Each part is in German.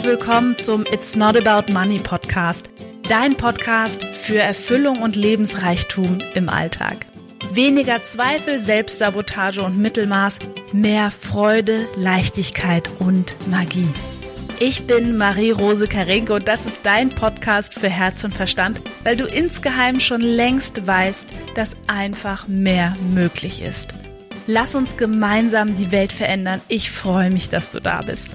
Herzlich willkommen zum It's Not About Money Podcast, dein Podcast für Erfüllung und Lebensreichtum im Alltag. Weniger Zweifel, Selbstsabotage und Mittelmaß, mehr Freude, Leichtigkeit und Magie. Ich bin Marie-Rose Karenke und das ist dein Podcast für Herz und Verstand, weil du insgeheim schon längst weißt, dass einfach mehr möglich ist. Lass uns gemeinsam die Welt verändern. Ich freue mich, dass du da bist.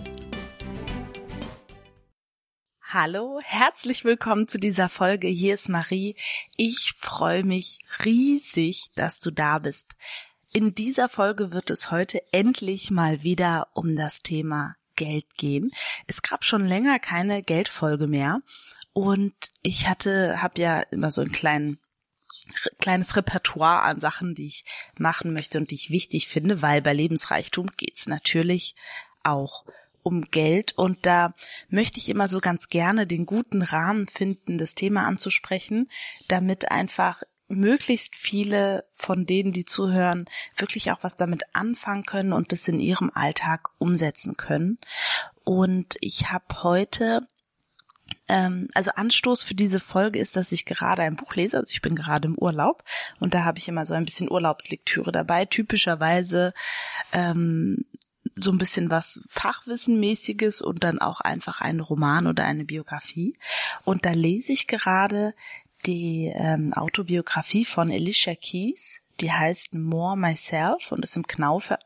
Hallo, herzlich willkommen zu dieser Folge. Hier ist Marie. Ich freue mich riesig, dass du da bist. In dieser Folge wird es heute endlich mal wieder um das Thema Geld gehen. Es gab schon länger keine Geldfolge mehr und ich habe ja immer so ein kleines Repertoire an Sachen, die ich machen möchte und die ich wichtig finde, weil bei Lebensreichtum geht's natürlich auch um Geld und da möchte ich immer so ganz gerne den guten Rahmen finden, das Thema anzusprechen, damit einfach möglichst viele von denen, die zuhören, wirklich auch was damit anfangen können und das in ihrem Alltag umsetzen können. Und ich habe heute also Anstoß für diese Folge ist, dass ich gerade ein Buch lese, also ich bin gerade im Urlaub und da habe ich immer so ein bisschen Urlaubslektüre dabei, typischerweise so ein bisschen was Fachwissenmäßiges und dann auch einfach einen Roman oder eine Biografie und da lese ich gerade die Autobiografie von Alicia Keys, die heißt More Myself und ist im Knaur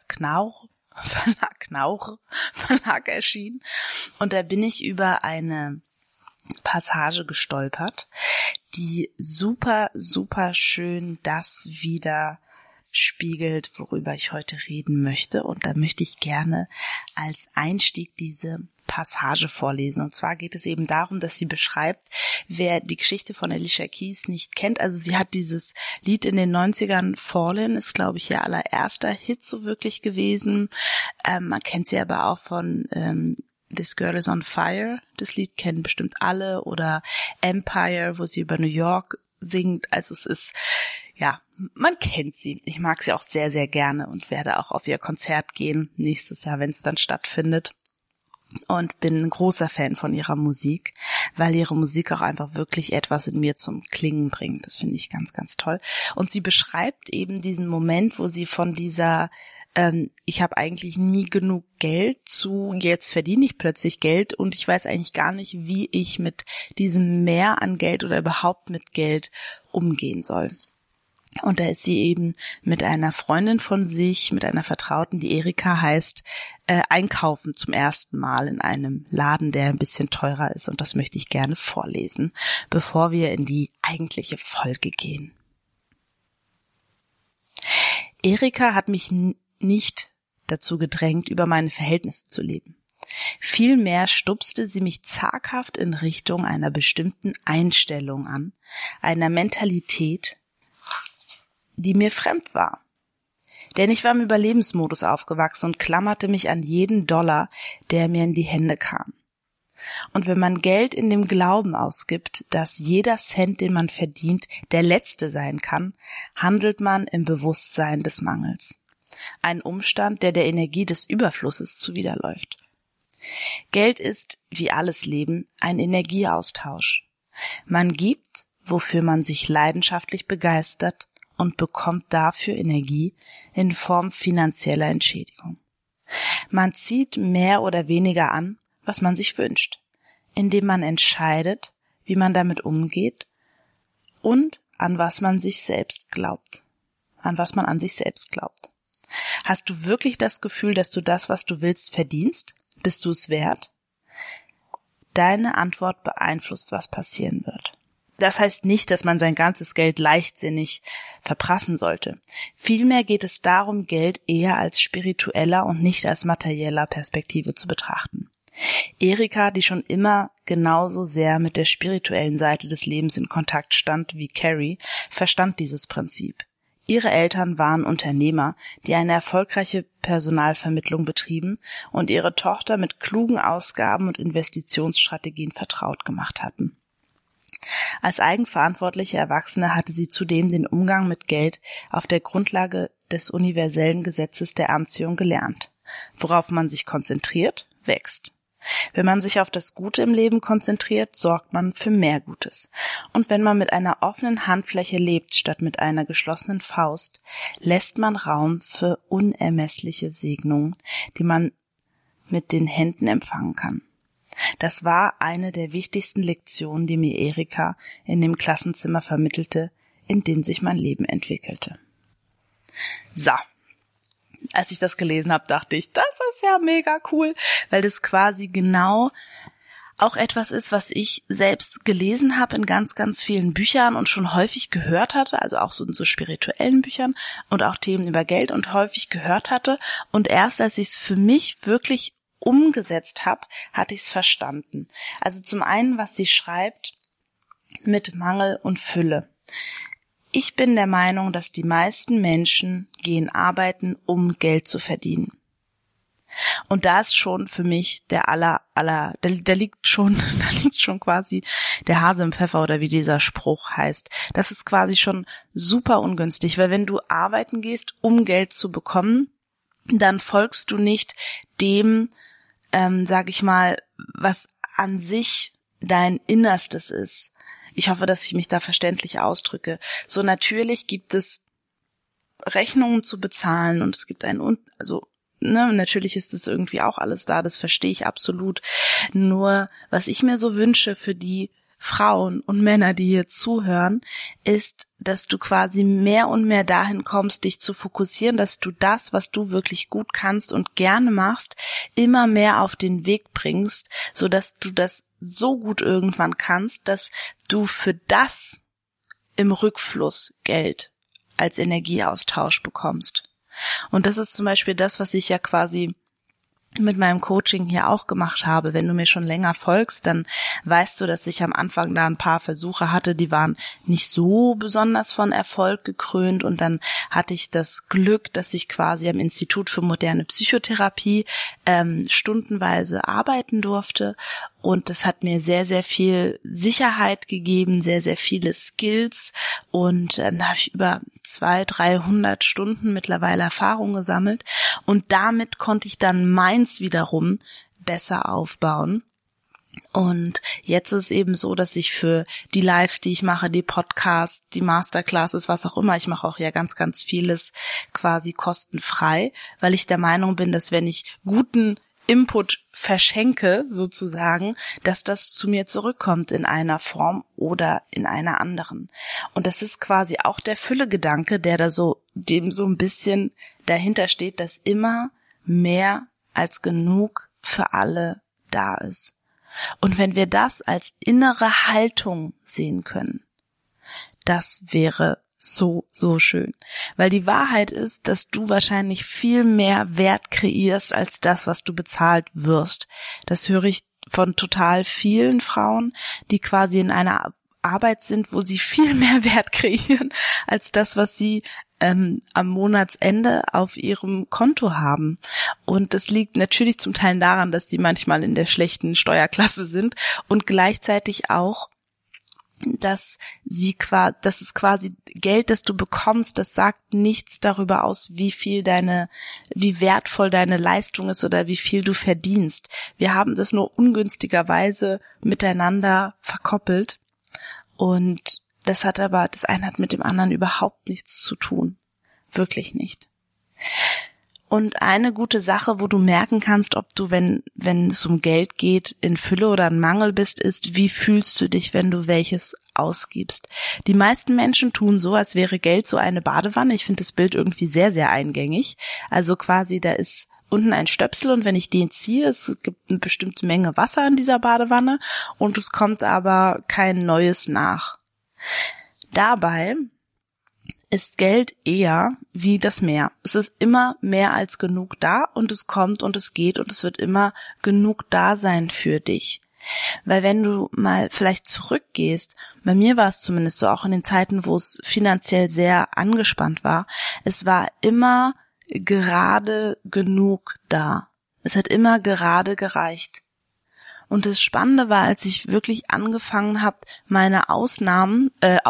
Verlag erschienen und da bin ich über eine Passage gestolpert, die super, super schön das widerspiegelt, worüber ich heute reden möchte. Und da möchte ich gerne als Einstieg diese Passage vorlesen. Und zwar geht es eben darum, dass sie beschreibt, wer die Geschichte von Alicia Keys nicht kennt. Also sie hat dieses Lied in den 90ern, Fallen, ist glaube ich ihr allererster Hit so wirklich gewesen. Man kennt sie aber auch von This Girl is on Fire, das Lied kennen bestimmt alle, oder Empire, wo sie über New York singt, also es ist, ja, man kennt sie. Ich mag sie auch sehr, sehr gerne und werde auch auf ihr Konzert gehen, nächstes Jahr, wenn es dann stattfindet. Und bin ein großer Fan von ihrer Musik, weil ihre Musik auch einfach wirklich etwas in mir zum Klingen bringt. Das finde ich ganz, ganz toll. Und sie beschreibt eben diesen Moment, wo sie von dieser ich habe eigentlich nie genug Geld zu, jetzt verdiene ich plötzlich Geld und ich weiß eigentlich gar nicht, wie ich mit diesem Mehr an Geld oder überhaupt mit Geld umgehen soll. Und da ist sie eben mit einer Freundin von sich, mit einer Vertrauten, die Erika heißt, einkaufen zum ersten Mal in einem Laden, der ein bisschen teurer ist. Und das möchte ich gerne vorlesen, bevor wir in die eigentliche Folge gehen. Erika hat mich nicht dazu gedrängt, über meine Verhältnisse zu leben. Vielmehr stupste sie mich zaghaft in Richtung einer bestimmten Einstellung an, einer Mentalität, die mir fremd war. Denn ich war im Überlebensmodus aufgewachsen und klammerte mich an jeden Dollar, der mir in die Hände kam. Und wenn man Geld in dem Glauben ausgibt, dass jeder Cent, den man verdient, der letzte sein kann, handelt man im Bewusstsein des Mangels. Ein Umstand, der Energie des Überflusses zuwiderläuft. Geld ist, wie alles Leben, ein Energieaustausch. Man gibt, wofür man sich leidenschaftlich begeistert und bekommt dafür Energie in Form finanzieller Entschädigung. Man zieht mehr oder weniger an, was man sich wünscht, indem man entscheidet, wie man damit umgeht und an was man sich selbst glaubt, an was man an sich selbst glaubt. Hast du wirklich das Gefühl, dass du das, was du willst, verdienst? Bist du es wert? Deine Antwort beeinflusst, was passieren wird. Das heißt nicht, dass man sein ganzes Geld leichtsinnig verprassen sollte. Vielmehr geht es darum, Geld eher als spiritueller und nicht als materieller Perspektive zu betrachten. Erika, die schon immer genauso sehr mit der spirituellen Seite des Lebens in Kontakt stand wie Carrie, verstand dieses Prinzip. Ihre Eltern waren Unternehmer, die eine erfolgreiche Personalvermittlung betrieben und ihre Tochter mit klugen Ausgaben und Investitionsstrategien vertraut gemacht hatten. Als eigenverantwortliche Erwachsene hatte sie zudem den Umgang mit Geld auf der Grundlage des universellen Gesetzes der Anziehung gelernt. Worauf man sich konzentriert, wächst. Wenn man sich auf das Gute im Leben konzentriert, sorgt man für mehr Gutes. Und wenn man mit einer offenen Handfläche lebt, statt mit einer geschlossenen Faust, lässt man Raum für unermessliche Segnungen, die man mit den Händen empfangen kann. Das war eine der wichtigsten Lektionen, die mir Erika in dem Klassenzimmer vermittelte, in dem sich mein Leben entwickelte. So. Als ich das gelesen habe, dachte ich, das ist ja mega cool, weil das quasi genau auch etwas ist, was ich selbst gelesen habe in ganz, ganz vielen Büchern und schon häufig gehört hatte, also auch so in so spirituellen Büchern und auch Themen über Geld und häufig gehört hatte. Und erst als ich es für mich wirklich umgesetzt habe, hatte ich es verstanden. Also zum einen, was sie schreibt mit Mangel und Fülle. Ich bin der Meinung, dass die meisten Menschen gehen arbeiten, um Geld zu verdienen. Und da ist schon für mich da liegt schon quasi der Hase im Pfeffer oder wie dieser Spruch heißt. Das ist quasi schon super ungünstig, weil wenn du arbeiten gehst, um Geld zu bekommen, dann folgst du nicht dem, sag ich mal, was an sich dein Innerstes ist. Ich hoffe, dass ich mich da verständlich ausdrücke. So, natürlich gibt es Rechnungen zu bezahlen und es gibt natürlich ist das irgendwie auch alles da, das verstehe ich absolut. Nur, was ich mir so wünsche für die Frauen und Männer, die hier zuhören, ist, dass du quasi mehr und mehr dahin kommst, dich zu fokussieren, dass du das, was du wirklich gut kannst und gerne machst, immer mehr auf den Weg bringst, so dass du das so gut irgendwann kannst, dass du für das im Rückfluss Geld als Energieaustausch bekommst. Und das ist zum Beispiel das, was ich ja quasi mit meinem Coaching hier auch gemacht habe. Wenn du mir schon länger folgst, dann weißt du, dass ich am Anfang da ein paar Versuche hatte, die waren nicht so besonders von Erfolg gekrönt und dann hatte ich das Glück, dass ich quasi am Institut für moderne Psychotherapie stundenweise arbeiten durfte und das hat mir sehr, sehr viel Sicherheit gegeben, sehr, sehr viele Skills und da habe ich über 200-300 Stunden mittlerweile Erfahrung gesammelt und damit konnte ich dann meins wiederum besser aufbauen. Und jetzt ist es eben so, dass ich für die Lives, die ich mache, die Podcasts, die Masterclasses, was auch immer, ich mache auch ja ganz, ganz vieles quasi kostenfrei, weil ich der Meinung bin, dass wenn ich guten Input verschenke, sozusagen, dass das zu mir zurückkommt in einer Form oder in einer anderen. Und das ist quasi auch der Füllegedanke, der da dem so ein bisschen dahinter steht, dass immer mehr als genug für alle da ist. Und wenn wir das als innere Haltung sehen können, das wäre so, so schön. Weil die Wahrheit ist, dass du wahrscheinlich viel mehr Wert kreierst als das, was du bezahlt wirst. Das höre ich von total vielen Frauen, die quasi in einer Arbeit sind, wo sie viel mehr Wert kreieren als das, was sie am Monatsende auf ihrem Konto haben. Und das liegt natürlich zum Teil daran, dass sie manchmal in der schlechten Steuerklasse sind und gleichzeitig auch, dass es quasi Geld, das du bekommst, das sagt nichts darüber aus, wie wertvoll deine Leistung ist oder wie viel du verdienst. Wir haben das nur ungünstigerweise miteinander verkoppelt und das eine hat mit dem anderen überhaupt nichts zu tun. Wirklich nicht. Und eine gute Sache, wo du merken kannst, ob du, wenn es um Geld geht, in Fülle oder in Mangel bist, ist, wie fühlst du dich, wenn du welches ausgibst. Die meisten Menschen tun so, als wäre Geld so eine Badewanne. Ich finde das Bild irgendwie sehr, sehr eingängig. Also quasi, da ist unten ein Stöpsel und wenn ich den ziehe, es gibt eine bestimmte Menge Wasser in dieser Badewanne und es kommt aber kein neues nach. Dabei ist Geld eher wie das Meer. Es ist immer mehr als genug da und es kommt und es geht und es wird immer genug da sein für dich. Weil wenn du mal vielleicht zurückgehst, bei mir war es zumindest so, auch in den Zeiten, wo es finanziell sehr angespannt war, es war immer gerade genug da. Es hat immer gerade gereicht. Und das Spannende war, als ich wirklich angefangen habe, meine Ausgaben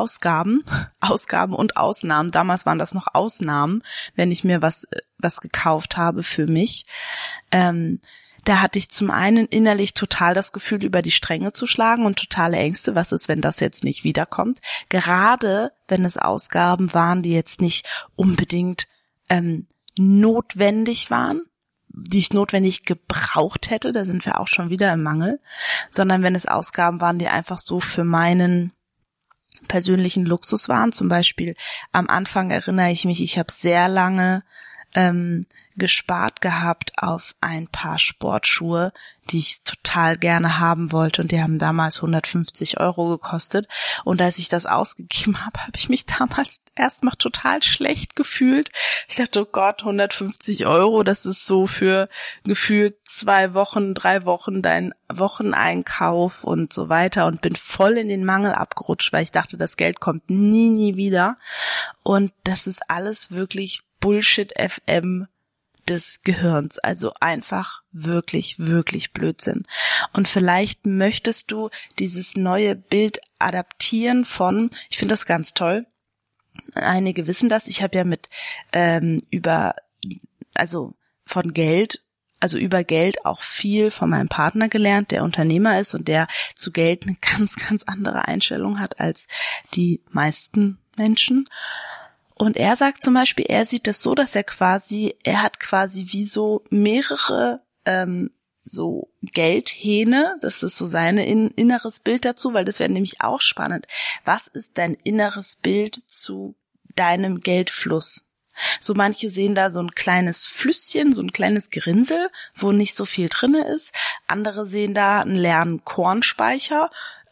und Ausnahmen, damals waren das noch Ausnahmen, wenn ich mir was gekauft habe für mich, da hatte ich zum einen innerlich total das Gefühl, über die Stränge zu schlagen und totale Ängste. Was ist, wenn das jetzt nicht wiederkommt? Gerade wenn es Ausgaben waren, die jetzt nicht unbedingt notwendig waren, die ich notwendig gebraucht hätte, da sind wir auch schon wieder im Mangel, sondern wenn es Ausgaben waren, die einfach so für meinen persönlichen Luxus waren. Zum Beispiel am Anfang erinnere ich mich, ich habe sehr lange gespart gehabt auf ein paar Sportschuhe, die ich total gerne haben wollte, und die haben damals 150 € gekostet, und als ich das ausgegeben habe, habe ich mich damals erstmal total schlecht gefühlt. Ich dachte, oh Gott, 150 €, das ist so für gefühlt 2 Wochen, 3 Wochen dein Wocheneinkauf und so weiter, und bin voll in den Mangel abgerutscht, weil ich dachte, das Geld kommt nie wieder, und das ist alles wirklich Bullshit FM des Gehirns, also einfach wirklich Blödsinn. Und vielleicht möchtest du dieses neue Bild adaptieren von, ich finde das ganz toll, einige wissen das, ich habe ja über Geld auch viel von meinem Partner gelernt, der Unternehmer ist und der zu Geld eine ganz andere Einstellung hat als die meisten Menschen. Und er sagt zum Beispiel, er sieht das so, dass er hat quasi wie so mehrere so Geldhähne, das ist so sein inneres Bild dazu, weil das wäre nämlich auch spannend. Was ist dein inneres Bild zu deinem Geldfluss? So manche sehen da so ein kleines Flüsschen, so ein kleines Gerinnsel, wo nicht so viel drinne ist. Andere sehen da einen leeren Kornspeicher.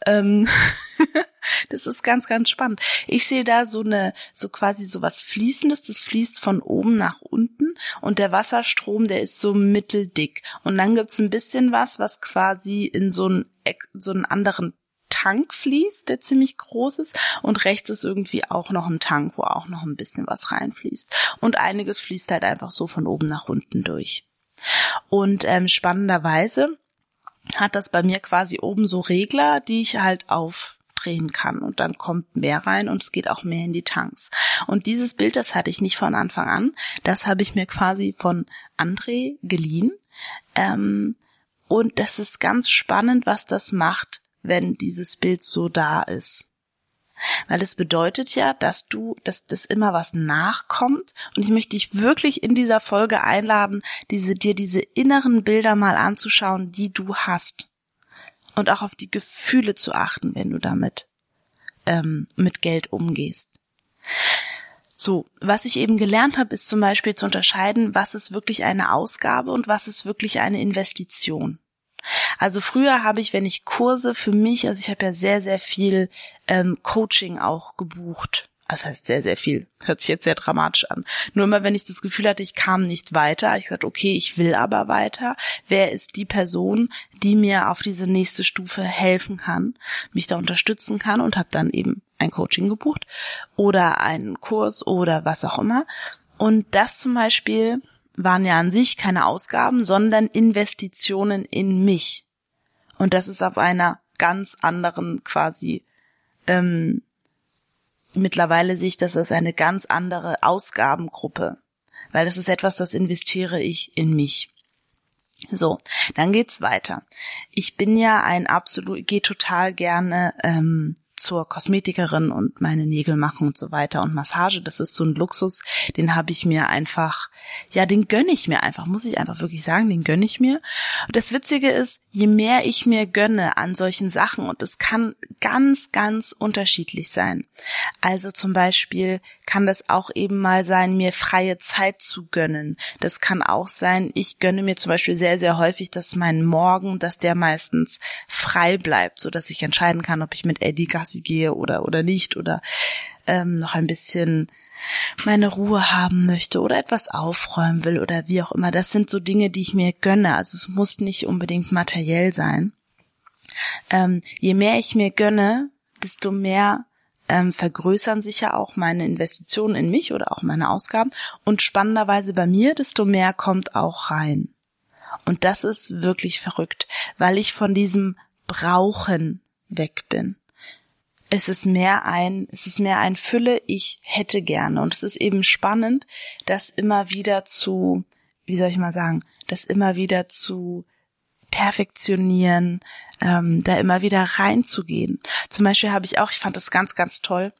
Das ist ganz spannend. Ich sehe da so quasi so was Fließendes, das fließt von oben nach unten, und der Wasserstrom, der ist so mitteldick. Und dann gibt's ein bisschen was quasi in so einen anderen Tank fließt, der ziemlich groß ist, und rechts ist irgendwie auch noch ein Tank, wo auch noch ein bisschen was reinfließt. Und einiges fließt halt einfach so von oben nach unten durch. Und spannenderweise hat das bei mir quasi oben so Regler, die ich halt aufdrehen kann, und dann kommt mehr rein und es geht auch mehr in die Tanks. Und dieses Bild, das hatte ich nicht von Anfang an, das habe ich mir quasi von André geliehen, und das ist ganz spannend, was das macht, wenn dieses Bild so da ist. Weil es bedeutet ja, dass das immer was nachkommt, und ich möchte dich wirklich in dieser Folge einladen, dir diese inneren Bilder mal anzuschauen, die du hast, und auch auf die Gefühle zu achten, wenn du damit mit Geld umgehst. So, was ich eben gelernt habe, ist zum Beispiel zu unterscheiden, was ist wirklich eine Ausgabe und was ist wirklich eine Investition. Also früher habe ich, wenn ich Kurse für mich, also ich habe ja sehr viel Coaching auch gebucht. Also das heißt sehr viel, hört sich jetzt sehr dramatisch an. Nur immer, wenn ich das Gefühl hatte, ich kam nicht weiter, habe ich gesagt, okay, ich will aber weiter. Wer ist die Person, die mir auf diese nächste Stufe helfen kann, mich da unterstützen kann, und habe dann eben ein Coaching gebucht oder einen Kurs oder was auch immer. Und das zum Beispiel waren ja an sich keine Ausgaben, sondern Investitionen in mich. Und das ist auf einer ganz anderen quasi, mittlerweile sehe ich das als eine ganz andere Ausgabengruppe, weil das ist etwas, das investiere ich in mich. So, dann geht's weiter. Ich bin ja gehe total gerne zur Kosmetikerin und meine Nägel machen und so weiter, und Massage, das ist so ein Luxus, den habe ich mir einfach, den gönne ich mir einfach, muss ich einfach wirklich sagen, den gönne ich mir. Und das Witzige ist, je mehr ich mir gönne an solchen Sachen, und es kann ganz unterschiedlich sein. Also zum Beispiel kann das auch eben mal sein, mir freie Zeit zu gönnen. Das kann auch sein, ich gönne mir zum Beispiel sehr häufig, dass mein Morgen, dass der meistens frei bleibt, so dass ich entscheiden kann, ob ich mit Eddie Gassi gehe oder nicht, oder noch ein bisschen meine Ruhe haben möchte oder etwas aufräumen will oder wie auch immer. Das sind so Dinge, die ich mir gönne. Also es muss nicht unbedingt materiell sein. Je mehr ich mir gönne, desto mehr vergrößern sich ja auch meine Investitionen in mich oder auch meine Ausgaben. Und spannenderweise bei mir, desto mehr kommt auch rein. Und das ist wirklich verrückt, weil ich von diesem Brauchen weg bin. Es ist mehr ein Fülle, ich hätte gerne. Und es ist eben spannend, das immer wieder zu perfektionieren, da immer wieder reinzugehen. Zum Beispiel habe ich fand das ganz, ganz toll.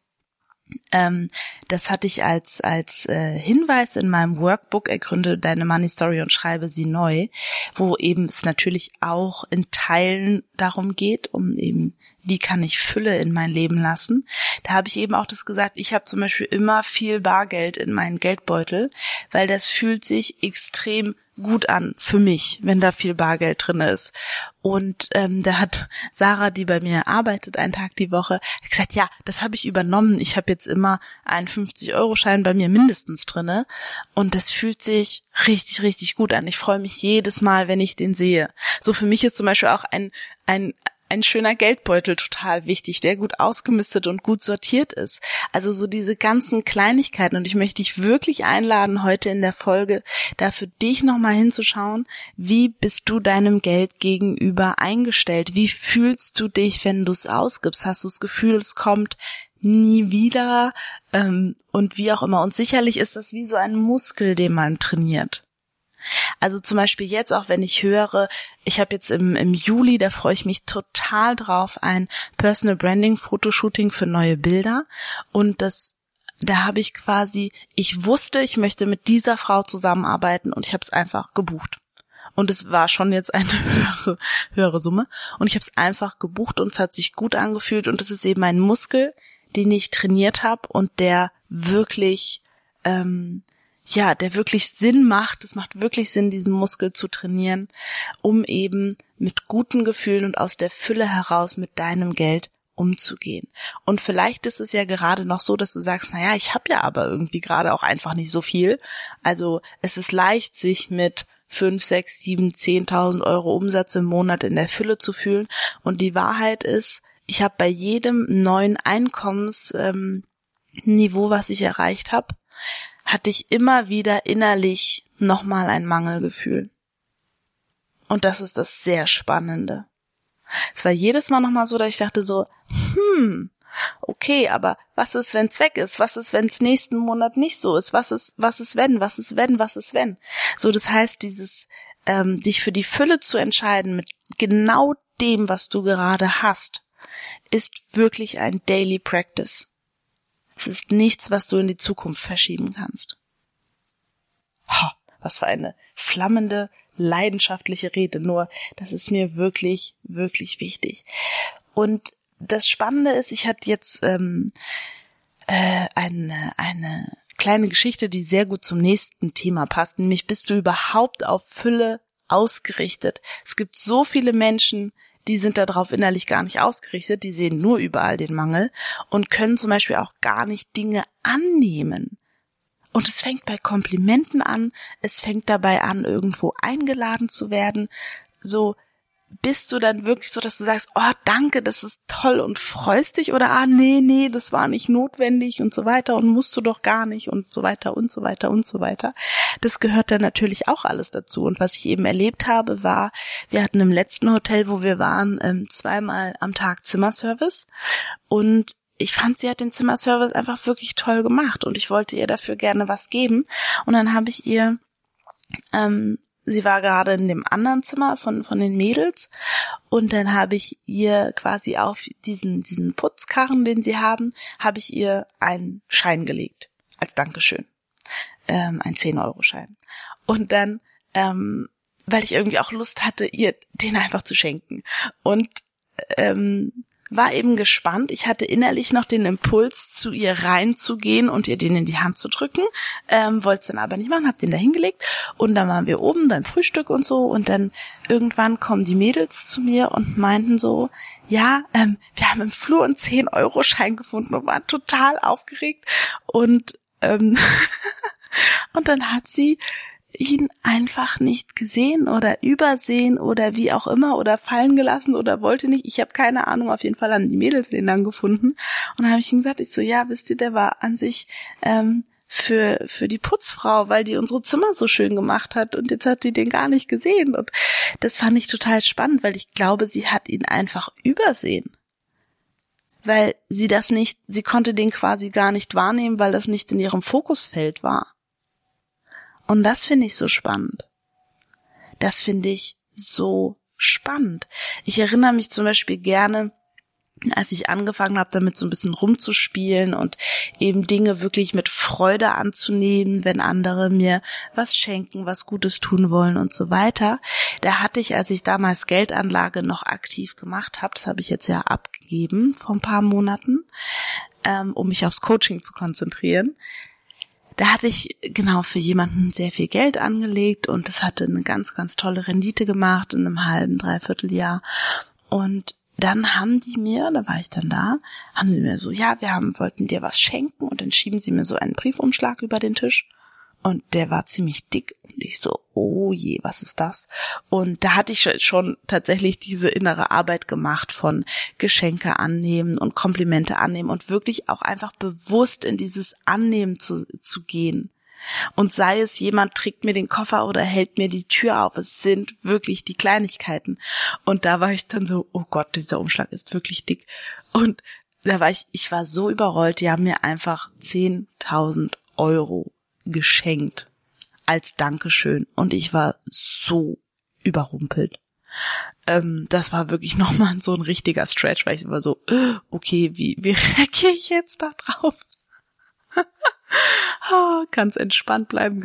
Das hatte ich als Hinweis in meinem Workbook, ergründe deine Money Story und schreibe sie neu, wo eben es natürlich auch in Teilen darum geht, um eben, wie kann ich Fülle in mein Leben lassen. Da habe ich eben auch das gesagt, ich habe zum Beispiel immer viel Bargeld in meinen Geldbeutel, weil das fühlt sich extrem gut an für mich, wenn da viel Bargeld drin ist. Und da hat Sarah, die bei mir arbeitet, einen Tag die Woche, gesagt, ja, das habe ich übernommen. Ich habe jetzt immer einen 50-Euro-Schein bei mir mindestens drinne und das fühlt sich richtig, richtig gut an. Ich freue mich jedes Mal, wenn ich den sehe. So für mich ist zum Beispiel auch ein schöner Geldbeutel total wichtig, der gut ausgemistet und gut sortiert ist. Also so diese ganzen Kleinigkeiten. Und ich möchte dich wirklich einladen, heute in der Folge da für dich nochmal hinzuschauen, wie bist du deinem Geld gegenüber eingestellt? Wie fühlst du dich, wenn du es ausgibst? Hast du das Gefühl, es kommt nie wieder? Und wie auch immer. Und sicherlich ist das wie so ein Muskel, den man trainiert. Also zum Beispiel jetzt auch, wenn ich höre, ich habe jetzt im Juli, da freue ich mich total drauf, ein Personal Branding Fotoshooting für neue Bilder und da habe ich quasi, ich wusste, ich möchte mit dieser Frau zusammenarbeiten und ich habe es einfach gebucht. Und es war schon jetzt eine höhere Summe und ich habe es einfach gebucht und es hat sich gut angefühlt und es ist eben ein Muskel, den ich trainiert habe und der wirklich der wirklich Sinn macht. Es macht wirklich Sinn, diesen Muskel zu trainieren, um eben mit guten Gefühlen und aus der Fülle heraus mit deinem Geld umzugehen. Und vielleicht ist es ja gerade noch so, dass du sagst, naja, ich habe ja aber irgendwie gerade auch einfach nicht so viel. Also es ist leicht, sich mit 5, 6, 7, 10.000 Euro Umsatz im Monat in der Fülle zu fühlen. Und die Wahrheit ist, ich habe bei jedem neuen Einkommensniveau, was ich erreicht habe, hatte ich immer wieder innerlich nochmal ein Mangelgefühl. Und das ist das sehr Spannende. Es war jedes Mal nochmal so, dass ich dachte so, okay, aber was ist, wenn es weg ist? Was ist, wenn es nächsten Monat nicht so ist? Was ist, wenn? So, das heißt, dieses, dich für die Fülle zu entscheiden mit genau dem, was du gerade hast, ist wirklich ein Daily Practice. Es ist nichts, was du in die Zukunft verschieben kannst. Was für eine flammende, leidenschaftliche Rede. Nur, das ist mir wirklich, wirklich wichtig. Und das Spannende ist, ich hatte jetzt eine kleine Geschichte, die sehr gut zum nächsten Thema passt. Nämlich, bist du überhaupt auf Fülle ausgerichtet? Es gibt so viele Menschen, die sind darauf innerlich gar nicht ausgerichtet, die sehen nur überall den Mangel und können zum Beispiel auch gar nicht Dinge annehmen. Und es fängt bei Komplimenten an, es fängt dabei an, irgendwo eingeladen zu werden. So, bist du dann wirklich so, dass du sagst, oh danke, das ist toll und freust dich oder nee, das war nicht notwendig und so weiter und musst du doch gar nicht und so weiter und so weiter und so weiter. Das gehört dann natürlich auch alles dazu. Und was ich eben erlebt habe, war, wir hatten im letzten Hotel, wo wir waren, 2-mal am Tag Zimmerservice und ich fand, sie hat den Zimmerservice einfach wirklich toll gemacht und ich wollte ihr dafür gerne was geben und dann habe ich ihr sie war gerade in dem anderen Zimmer von den Mädels und dann habe ich ihr quasi auf diesen Putzkarren, den sie haben, habe ich ihr einen Schein gelegt als Dankeschön, ein 10-Euro-Schein. Und dann, weil ich irgendwie auch Lust hatte, ihr den einfach zu schenken und war eben gespannt. Ich hatte innerlich noch den Impuls, zu ihr reinzugehen und ihr den in die Hand zu drücken, wollte es dann aber nicht machen, hab den da hingelegt und dann waren wir oben beim Frühstück und so und dann irgendwann kommen die Mädels zu mir und meinten so, ja, wir haben im Flur einen 10-Euro-Schein gefunden und waren total aufgeregt und und dann hat sie ihn einfach nicht gesehen oder übersehen oder wie auch immer oder fallen gelassen oder wollte nicht. Ich habe keine Ahnung, auf jeden Fall haben die Mädels den dann gefunden. Und dann habe ich ihm gesagt, ja, wisst ihr, der war an sich für die Putzfrau, weil die unsere Zimmer so schön gemacht hat und jetzt hat die den gar nicht gesehen. Und das fand ich total spannend, weil ich glaube, sie hat ihn einfach übersehen. Weil sie konnte den quasi gar nicht wahrnehmen, weil das nicht in ihrem Fokusfeld war. Und das finde ich so spannend. Das finde ich so spannend. Ich erinnere mich zum Beispiel gerne, als ich angefangen habe, damit so ein bisschen rumzuspielen und eben Dinge wirklich mit Freude anzunehmen, wenn andere mir was schenken, was Gutes tun wollen und so weiter. Da hatte ich, als ich damals Geldanlage noch aktiv gemacht habe, das habe ich jetzt ja abgegeben vor ein paar Monaten, um mich aufs Coaching zu konzentrieren. Da hatte ich genau für jemanden sehr viel Geld angelegt und das hatte eine ganz, ganz tolle Rendite gemacht in einem halben, dreiviertel Jahr. Und dann haben die mir, da war ich dann da, haben sie mir so, ja, wollten dir was schenken und dann schieben sie mir so einen Briefumschlag über den Tisch und der war ziemlich dick und ich so, oh je, was ist das? Und da hatte ich schon tatsächlich diese innere Arbeit gemacht von Geschenke annehmen und Komplimente annehmen und wirklich auch einfach bewusst in dieses Annehmen zu gehen. Und sei es, jemand trägt mir den Koffer oder hält mir die Tür auf, es sind wirklich die Kleinigkeiten. Und da war ich dann so, oh Gott, dieser Umschlag ist wirklich dick. Und da war ich war so überrollt, die haben mir einfach 10.000 Euro geschenkt als Dankeschön. Und ich war so überrumpelt. Das war wirklich nochmal so ein richtiger Stretch, weil ich war so, okay, wie reagiere ich jetzt da drauf? Ganz entspannt bleiben.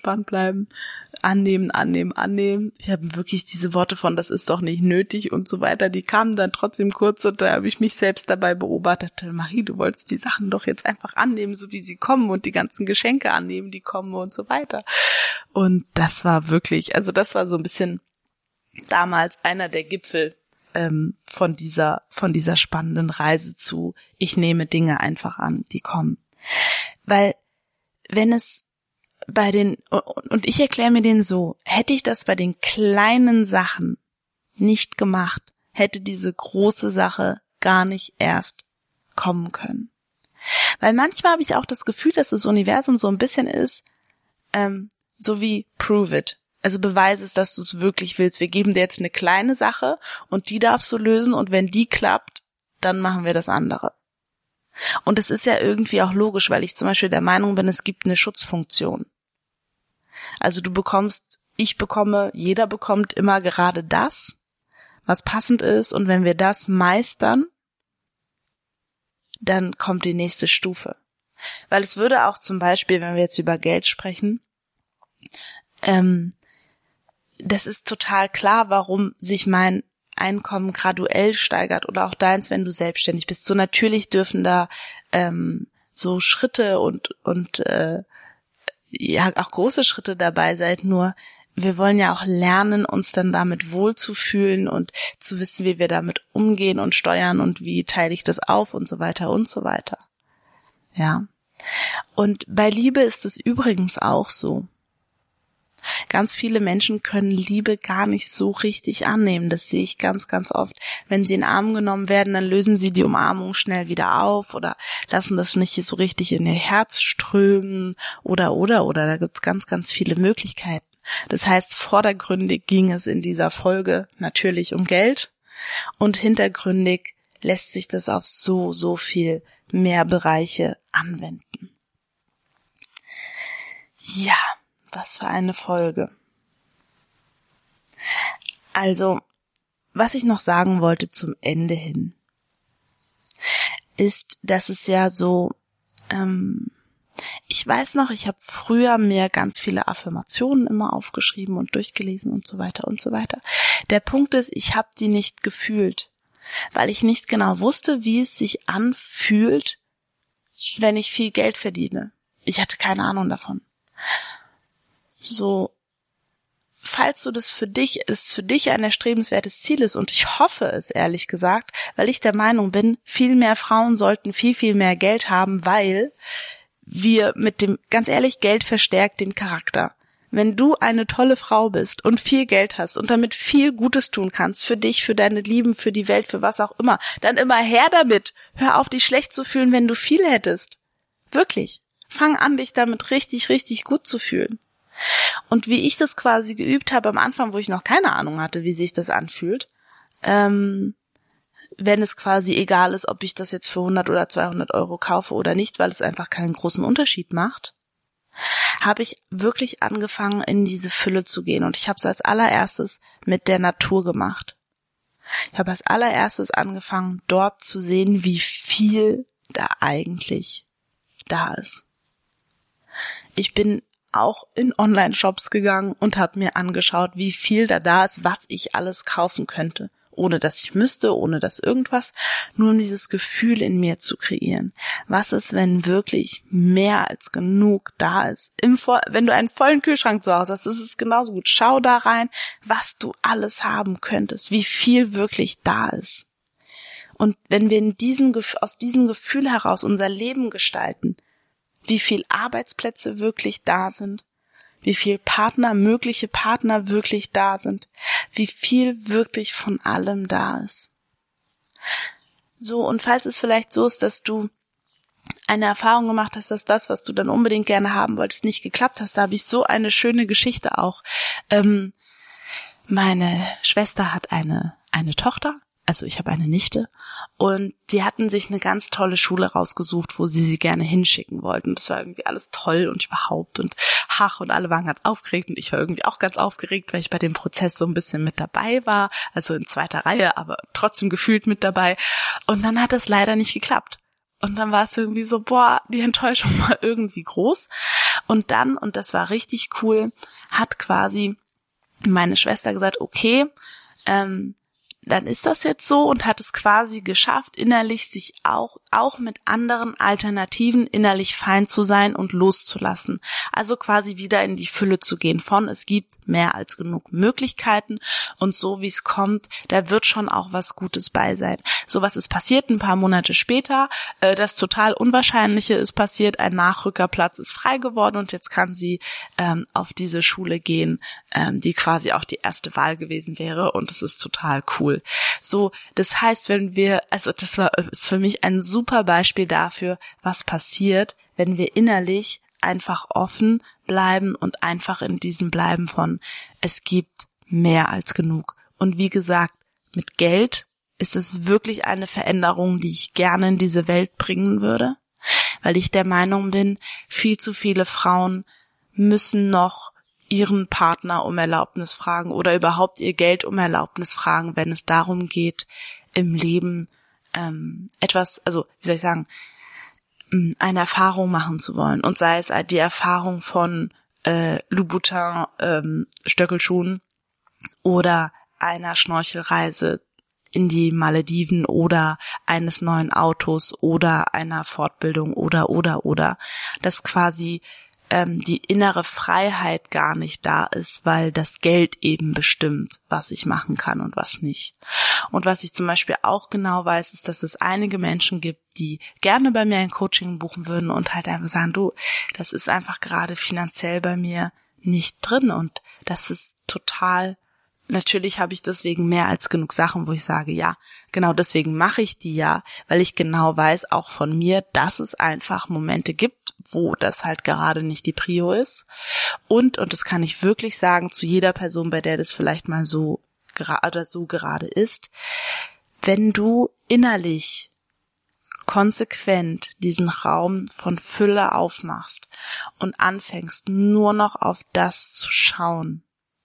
Annehmen. Ich habe wirklich diese Worte von, das ist doch nicht nötig und so weiter, die kamen dann trotzdem kurz und da habe ich mich selbst dabei beobachtet. Marie, du wolltest die Sachen doch jetzt einfach annehmen, so wie sie kommen und die ganzen Geschenke annehmen, die kommen und so weiter. Und das war wirklich, also das war so ein bisschen damals einer der Gipfel von dieser spannenden Reise zu, ich nehme Dinge einfach an, die kommen. Weil wenn es bei den, und ich erkläre mir den so, hätte ich das bei den kleinen Sachen nicht gemacht, hätte diese große Sache gar nicht erst kommen können. Weil manchmal habe ich auch das Gefühl, dass das Universum so ein bisschen ist, so wie prove it. Also beweise es, dass du es wirklich willst. Wir geben dir jetzt eine kleine Sache und die darfst du lösen und wenn die klappt, dann machen wir das andere. Und es ist ja irgendwie auch logisch, weil ich zum Beispiel der Meinung bin, es gibt eine Schutzfunktion. Also jeder bekommt immer gerade das, was passend ist. Und wenn wir das meistern, dann kommt die nächste Stufe. Weil es würde auch zum Beispiel, wenn wir jetzt über Geld sprechen, das ist total klar, warum sich mein Einkommen graduell steigert oder auch deins, wenn du selbstständig bist. So natürlich dürfen da so Schritte und auch große Schritte dabei sein, nur wir wollen ja auch lernen, uns dann damit wohlzufühlen und zu wissen, wie wir damit umgehen und steuern und wie teile ich das auf und so weiter und so weiter. Ja. Und bei Liebe ist es übrigens auch so. Ganz viele Menschen können Liebe gar nicht so richtig annehmen. Das sehe ich ganz, ganz oft. Wenn sie in den Arm genommen werden, dann lösen sie die Umarmung schnell wieder auf oder lassen das nicht so richtig in ihr Herz strömen oder. Da gibt's ganz, ganz viele Möglichkeiten. Das heißt, vordergründig ging es in dieser Folge natürlich um Geld und hintergründig lässt sich das auf so viel mehr Bereiche anwenden. Ja. Was für eine Folge. Also, was ich noch sagen wollte zum Ende hin, ist, dass es ja so, ich weiß noch, ich habe früher mir ganz viele Affirmationen immer aufgeschrieben und durchgelesen und so weiter und so weiter. Der Punkt ist, ich habe die nicht gefühlt, weil ich nicht genau wusste, wie es sich anfühlt, wenn ich viel Geld verdiene. Ich hatte keine Ahnung davon. So, falls du das für dich ein erstrebenswertes Ziel ist, und ich hoffe es ehrlich gesagt, weil ich der Meinung bin, viel mehr Frauen sollten viel mehr Geld haben, weil wir mit dem, ganz ehrlich, Geld verstärkt den Charakter. Wenn du eine tolle Frau bist und viel Geld hast und damit viel Gutes tun kannst, für dich, für deine Lieben, für die Welt, für was auch immer, dann immer her damit. Hör auf, dich schlecht zu fühlen, wenn du viel hättest. Wirklich. Fang an, dich damit richtig, richtig gut zu fühlen. Und wie ich das quasi geübt habe am Anfang, wo ich noch keine Ahnung hatte, wie sich das anfühlt, wenn es quasi egal ist, ob ich das jetzt für 100 oder 200 Euro kaufe oder nicht, weil es einfach keinen großen Unterschied macht, habe ich wirklich angefangen, in diese Fülle zu gehen. Und ich habe es als allererstes mit der Natur gemacht. Ich habe als allererstes angefangen, dort zu sehen, wie viel da eigentlich da ist. Ich bin auch in Online-Shops gegangen und habe mir angeschaut, wie viel da ist, was ich alles kaufen könnte. Ohne dass ich müsste, ohne dass irgendwas, nur um dieses Gefühl in mir zu kreieren. Was ist, wenn wirklich mehr als genug da ist? Wenn du einen vollen Kühlschrank zu Hause hast, ist es genauso gut. Schau da rein, was du alles haben könntest, wie viel wirklich da ist. Und wenn wir aus diesem Gefühl heraus unser Leben gestalten, wie viel Arbeitsplätze wirklich da sind, wie viel mögliche Partner wirklich da sind, wie viel wirklich von allem da ist. So, und falls es vielleicht so ist, dass du eine Erfahrung gemacht hast, dass das, was du dann unbedingt gerne haben wolltest, nicht geklappt hast, da habe ich so eine schöne Geschichte auch. Meine Schwester hat eine Tochter, also ich habe eine Nichte, und die hatten sich eine ganz tolle Schule rausgesucht, wo sie gerne hinschicken wollten. Das war irgendwie alles toll und überhaupt und alle waren ganz aufgeregt und ich war irgendwie auch ganz aufgeregt, weil ich bei dem Prozess so ein bisschen mit dabei war, also in zweiter Reihe, aber trotzdem gefühlt mit dabei. Und dann hat das leider nicht geklappt. Und dann war es irgendwie so, die Enttäuschung war irgendwie groß. Und dann, und das war richtig cool, hat quasi meine Schwester gesagt, okay, dann ist das jetzt so, und hat es quasi geschafft, innerlich sich auch mit anderen Alternativen innerlich fein zu sein und loszulassen. Also quasi wieder in die Fülle zu gehen von, es gibt mehr als genug Möglichkeiten und so wie es kommt, da wird schon auch was Gutes bei sein. So was ist passiert ein paar Monate später, das total Unwahrscheinliche ist passiert, ein Nachrückerplatz ist frei geworden und jetzt kann sie auf diese Schule gehen, die quasi auch die erste Wahl gewesen wäre, und es ist total cool. So, das heißt, ist für mich ein super Beispiel dafür, was passiert, wenn wir innerlich einfach offen bleiben und einfach in diesem Bleiben von, es gibt mehr als genug. Und wie gesagt, mit Geld ist es wirklich eine Veränderung, die ich gerne in diese Welt bringen würde, weil ich der Meinung bin, viel zu viele Frauen müssen noch ihren Partner um Erlaubnis fragen oder überhaupt ihr Geld um Erlaubnis fragen, wenn es darum geht, im Leben eine Erfahrung machen zu wollen. Und sei es die Erfahrung von Louboutin Stöckelschuhen oder einer Schnorchelreise in die Malediven oder eines neuen Autos oder einer Fortbildung oder, dass quasi die innere Freiheit gar nicht da ist, weil das Geld eben bestimmt, was ich machen kann und was nicht. Und was ich zum Beispiel auch genau weiß, ist, dass es einige Menschen gibt, die gerne bei mir ein Coaching buchen würden und halt einfach sagen, du, das ist einfach gerade finanziell bei mir nicht drin, und das ist total, natürlich habe ich deswegen mehr als genug Sachen, wo ich sage, ja, genau deswegen mache ich die ja, weil ich genau weiß, auch von mir, dass es einfach Momente gibt, wo das halt gerade nicht die Prio ist. Und das kann ich wirklich sagen, zu jeder Person, bei der das vielleicht mal so gerade ist, wenn du innerlich konsequent diesen Raum von Fülle aufmachst und anfängst nur noch auf das zu schauen,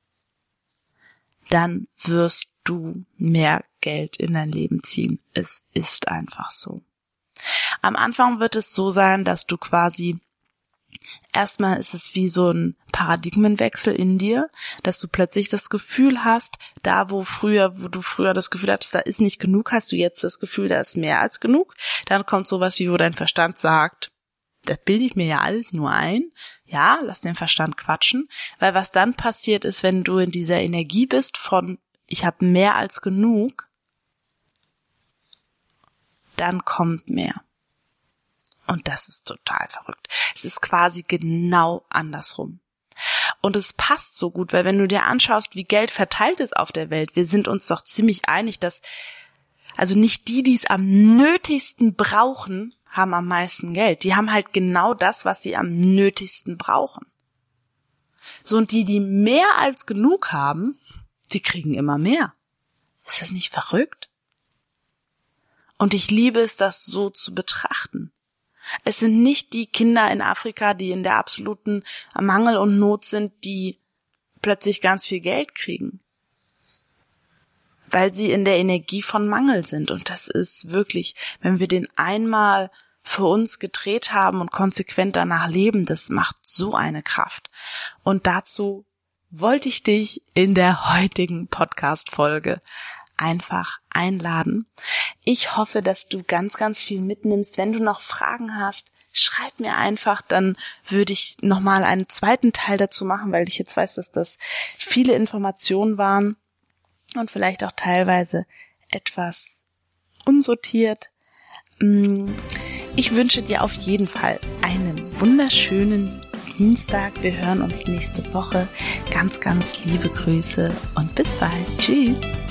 dann wirst du mehr Geld in dein Leben ziehen. Es ist einfach so. Am Anfang wird es so sein, dass du quasi, erstmal ist es wie so ein Paradigmenwechsel in dir, dass du plötzlich das Gefühl hast, da wo du früher das Gefühl hattest, da ist nicht genug, hast du jetzt das Gefühl, da ist mehr als genug. Dann kommt sowas wie, wo dein Verstand sagt, das bilde ich mir ja alles nur ein. Ja, lass den Verstand quatschen, weil was dann passiert ist, wenn du in dieser Energie bist von, ich habe mehr als genug, dann kommt mehr. Und das ist total verrückt. Es ist quasi genau andersrum. Und es passt so gut, weil wenn du dir anschaust, wie Geld verteilt ist auf der Welt, wir sind uns doch ziemlich einig, dass also nicht die es am nötigsten brauchen, haben am meisten Geld. Die haben halt genau das, was sie am nötigsten brauchen. So, und die mehr als genug haben, sie kriegen immer mehr. Ist das nicht verrückt? Und ich liebe es, das so zu betrachten. Es sind nicht die Kinder in Afrika, die in der absoluten Mangel und Not sind, die plötzlich ganz viel Geld kriegen, weil sie in der Energie von Mangel sind. Und das ist wirklich, wenn wir den einmal für uns gedreht haben und konsequent danach leben, das macht so eine Kraft. Und dazu wollte ich dich in der heutigen Podcast-Folge einfach einladen. Ich hoffe, dass du ganz, ganz viel mitnimmst. Wenn du noch Fragen hast, schreib mir einfach, dann würde ich nochmal einen zweiten Teil dazu machen, weil ich jetzt weiß, dass das viele Informationen waren und vielleicht auch teilweise etwas unsortiert. Ich wünsche dir auf jeden Fall einen wunderschönen Dienstag. Wir hören uns nächste Woche. Ganz, ganz liebe Grüße und bis bald. Tschüss.